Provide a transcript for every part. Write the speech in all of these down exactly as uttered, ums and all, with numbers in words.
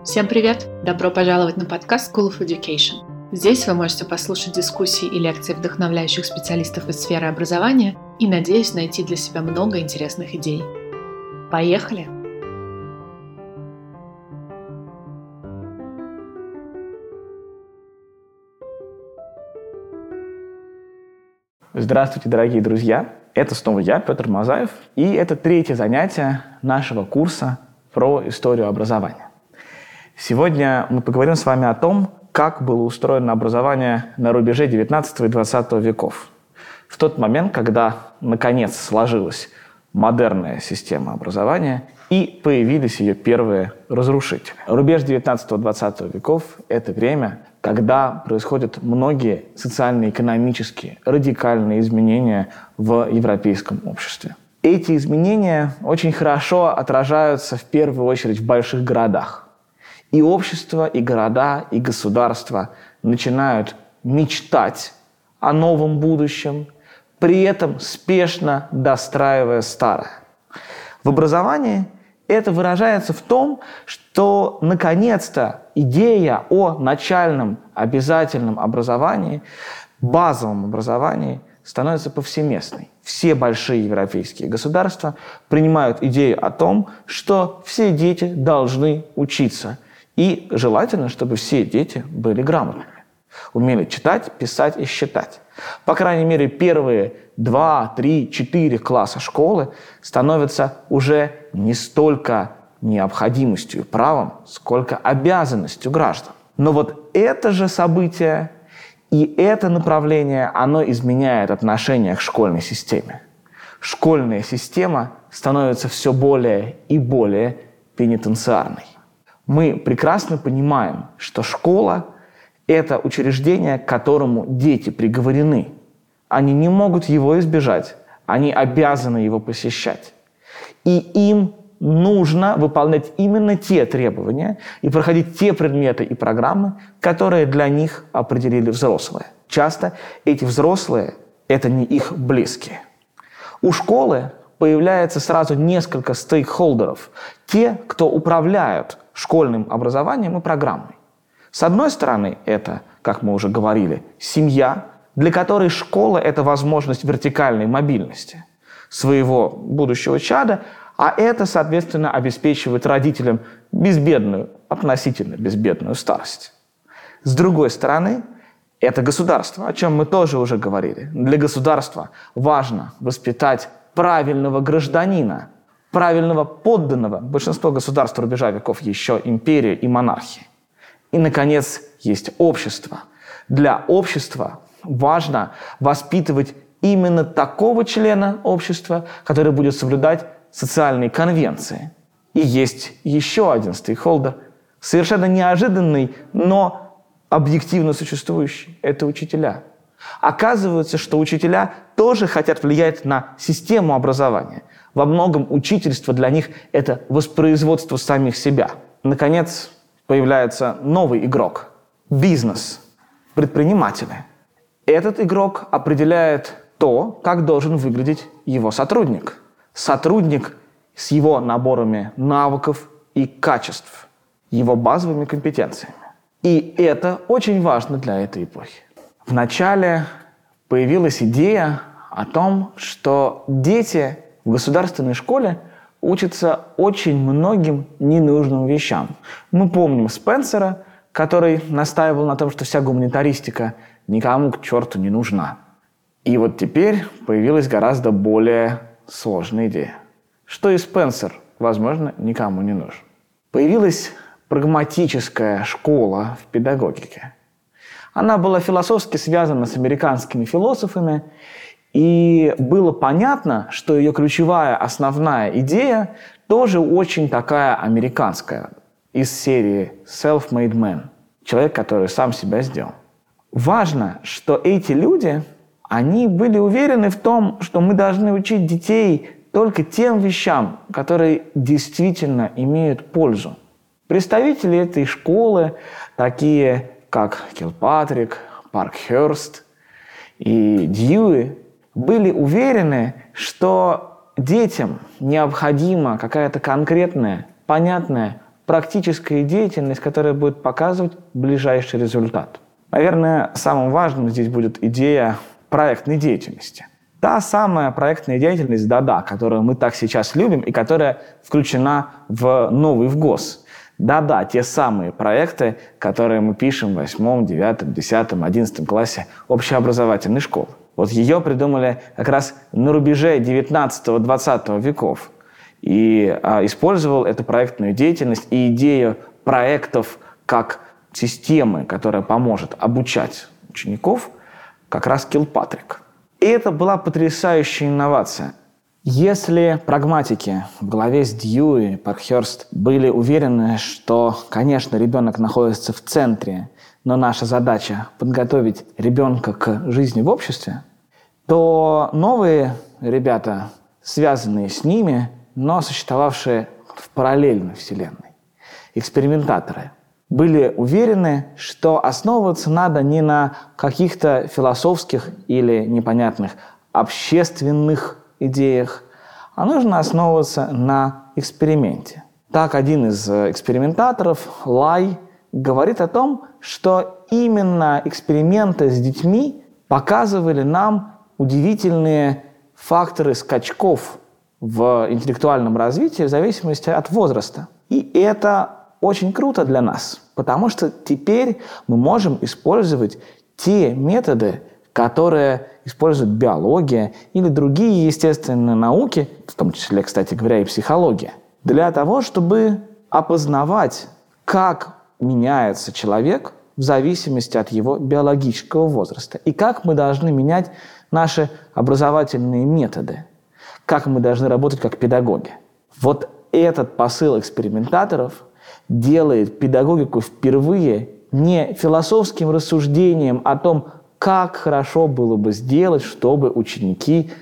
Всем привет! Добро пожаловать на подкаст School of Education. Здесь вы можете послушать дискуссии и лекции вдохновляющих специалистов из сферы образования и, надеюсь, найти для себя много интересных идей. Поехали! Здравствуйте, дорогие друзья! Это снова я, Петр Мазаев, и это третье занятие нашего курса про историю образования. Сегодня мы поговорим с вами о том, как было устроено образование на рубеже девятнадцатого и двадцатого веков. В тот момент, когда, наконец, сложилась модерная система образования и появились ее первые разрушители. Рубеж девятнадцатого-двадцатого веков – это время, когда происходят многие социально-экономические радикальные изменения в европейском обществе. Эти изменения очень хорошо отражаются в первую очередь в больших городах. И общество, и города, и государства начинают мечтать о новом будущем, при этом спешно достраивая старое. В образовании это выражается в том, что наконец-то идея о начальном обязательном образовании, базовом образовании становится повсеместной. Все большие европейские государства принимают идею о том, что все дети должны учиться. И желательно, чтобы все дети были грамотными, умели читать, писать и считать. По крайней мере, первые два, три, четыре класса школы становятся уже не столько необходимостью и правом, сколько обязанностью граждан. Но вот это же событие и это направление, оно изменяет отношение к школьной системе. Школьная система становится все более и более пенитенциарной. Мы прекрасно понимаем, что школа – это учреждение, к которому дети приговорены. Они не могут его избежать, они обязаны его посещать. И им нужно выполнять именно те требования и проходить те предметы и программы, которые для них определили взрослые. Часто эти взрослые – это не их близкие. У школы появляется сразу несколько стейкхолдеров, те, кто управляют школьным образованием и программой. С одной стороны, это, как мы уже говорили, семья, для которой школа – это возможность вертикальной мобильности своего будущего чада, а это, соответственно, обеспечивает родителям безбедную, относительно безбедную старость. С другой стороны, это государство, о чем мы тоже уже говорили. Для государства важно воспитать правильного гражданина, правильного подданного. Большинство государств рубежа веков еще империя и монархия. И, наконец, есть общество. Для общества важно воспитывать именно такого члена общества, который будет соблюдать социальные конвенции. И есть еще один стейкхолдер, совершенно неожиданный, но объективно существующий. Это учителя. Оказывается, что учителя тоже хотят влиять на систему образования. Во многом учительство для них – это воспроизводство самих себя. Наконец, появляется новый игрок – бизнес, предприниматели. Этот игрок определяет то, как должен выглядеть его сотрудник. Сотрудник с его наборами навыков и качеств, его базовыми компетенциями. И это очень важно для этой эпохи. Вначале появилась идея о том, что дети в государственной школе учатся очень многим ненужным вещам. Мы помним Спенсера, который настаивал на том, что вся гуманитаристика никому к черту не нужна. И вот теперь появилась гораздо более сложная идея, что и Спенсер, возможно, никому не нужен. Появилась прагматическая школа в педагогике. Она была философски связана с американскими философами, и было понятно, что ее ключевая основная идея тоже очень такая американская, из серии self-made man, человек, который сам себя сделал. Важно, что эти люди, они были уверены в том, что мы должны учить детей только тем вещам, которые действительно имеют пользу. Представители этой школы, такие как Килпатрик, Паркхерст и Дьюи, были уверены, что детям необходима какая-то конкретная, понятная практическая деятельность, которая будет показывать ближайший результат. Наверное, самым важным здесь будет идея проектной деятельности. Та самая проектная деятельность «Да-да», которую мы так сейчас любим и которая включена в новый ВГОС. Да-да, те самые проекты, которые мы пишем в восьмом, девятом, десятом, одиннадцатом классе общеобразовательной школы. Вот ее придумали как раз на рубеже девятнадцатого-двадцатого веков. И а, использовал эту проектную деятельность и идею проектов как системы, которая поможет обучать учеников, как раз Килпатрик. И это была потрясающая инновация. Если прагматики в главе с Дьюи и Паркхерст были уверены, что, конечно, ребенок находится в центре, но наша задача подготовить ребенка к жизни в обществе, то новые ребята, связанные с ними, но существовавшие в параллельной вселенной, экспериментаторы, были уверены, что основываться надо не на каких-то философских или непонятных общественных идеях, а нужно основываться на эксперименте. Так, один из экспериментаторов, Лай, говорит о том, что именно эксперименты с детьми показывали нам удивительные факторы скачков в интеллектуальном развитии в зависимости от возраста. И это очень круто для нас, потому что теперь мы можем использовать те методы, которые используют биология или другие естественные науки, в том числе, кстати говоря, и психология, для того, чтобы опознавать, как меняется человек в зависимости от его биологического возраста и как мы должны менять наши образовательные методы, как мы должны работать как педагоги. Вот этот посыл экспериментаторов делает педагогику впервые не философским рассуждением о том, как хорошо было бы сделать, чтобы ученики,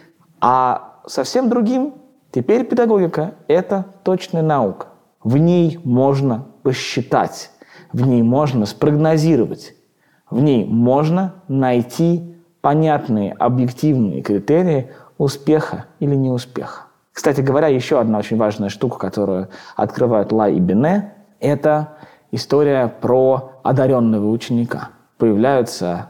а совсем другим. Теперь педагогика – это точная наука. В ней можно посчитать, в ней можно спрогнозировать, в ней можно найти понятные объективные критерии успеха или неуспеха. Кстати говоря, еще одна очень важная штука, которую открывают Лай и Бине, это история про одаренного ученика. Появляются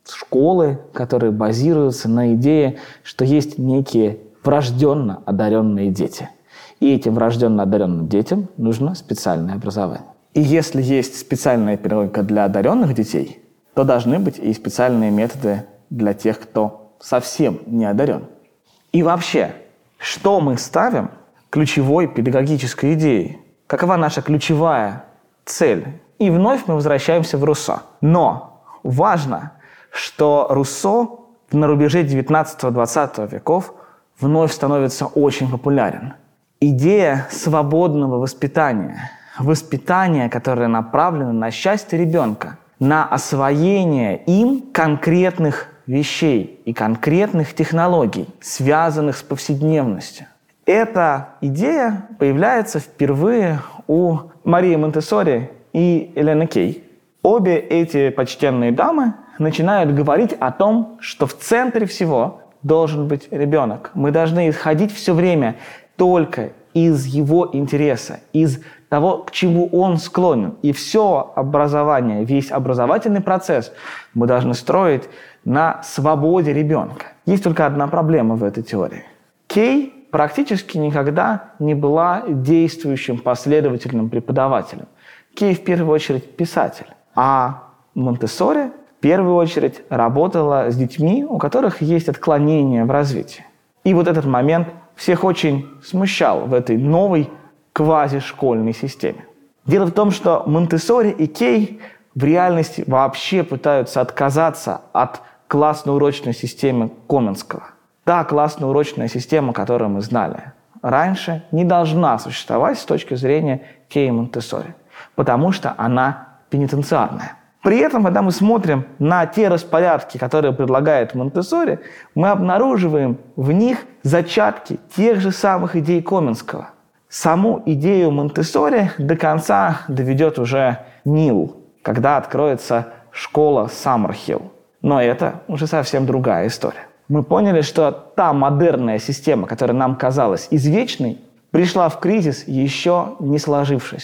школы, которые базируются на идее, что есть некие врожденно одаренные дети. И этим врожденно одаренным детям нужно специальное образование. И если есть специальная педагогика для одаренных детей, то должны быть и специальные методы для тех, кто совсем не одарен. И вообще, что мы ставим ключевой педагогической идеей? Какова наша ключевая цель? И вновь мы возвращаемся в Руссо. Но важно, что Руссо на рубеже девятнадцатого-двадцатого веков вновь становится очень популярен. Идея свободного воспитания. Воспитание, которое направлено на счастье ребенка, на освоение им конкретных вещей и конкретных технологий, связанных с повседневностью. Эта идея появляется впервые у Марии Монтессори и Элены Кей. Обе эти почтенные дамы начинают говорить о том, что в центре всего должен быть ребенок. Мы должны исходить все время только из его интереса, из того, к чему он склонен. И все образование, весь образовательный процесс мы должны строить на свободе ребенка. Есть только одна проблема в этой теории. Кей практически никогда не была действующим последовательным преподавателем. Кей в первую очередь писатель, а Монтессори в первую очередь работала с детьми, у которых есть отклонения в развитии. И вот этот момент всех очень смущал в этой новой квазишкольной системе. Дело в том, что Монтессори и Кей в реальности вообще пытаются отказаться от классно-урочной системы Коменского. Та классно-урочная система, которую мы знали раньше, не должна существовать с точки зрения Кей и Монтессори, потому что она пенитенциарная. При этом, когда мы смотрим на те распорядки, которые предлагает Монтессори, мы обнаруживаем в них зачатки тех же самых идей Коменского. Саму идею Монтессори до конца доведет уже Нил, когда откроется школа Саммерхилл. Но это уже совсем другая история. Мы поняли, что та модерная система, которая нам казалась извечной, пришла в кризис, еще не сложившись.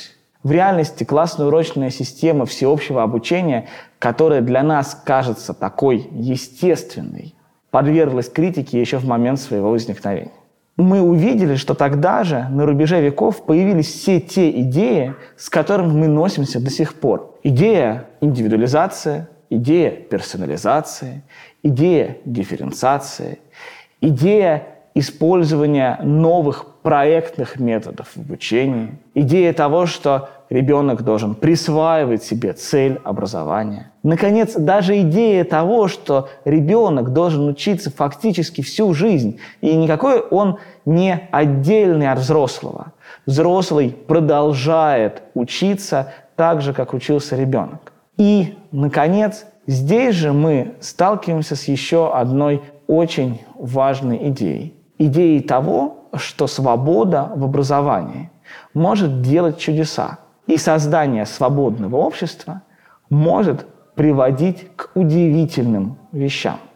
В реальности классная урочная система всеобщего обучения, которая для нас кажется такой естественной, подверглась критике еще в момент своего возникновения. Мы увидели, что тогда же, на рубеже веков, появились все те идеи, с которыми мы носимся до сих пор. Идея индивидуализации, идея персонализации, идея дифференциации, идея использования новых проектных методов в обучении, идея того, что ребенок должен присваивать себе цель образования. Наконец, даже идея того, что ребенок должен учиться фактически всю жизнь, и никакой он не отдельный от взрослого. Взрослый продолжает учиться так же, как учился ребенок. И, наконец, здесь же мы сталкиваемся с еще одной очень важной идеей. Идеей того, что свобода в образовании может делать чудеса. И создание свободного общества может приводить к удивительным вещам.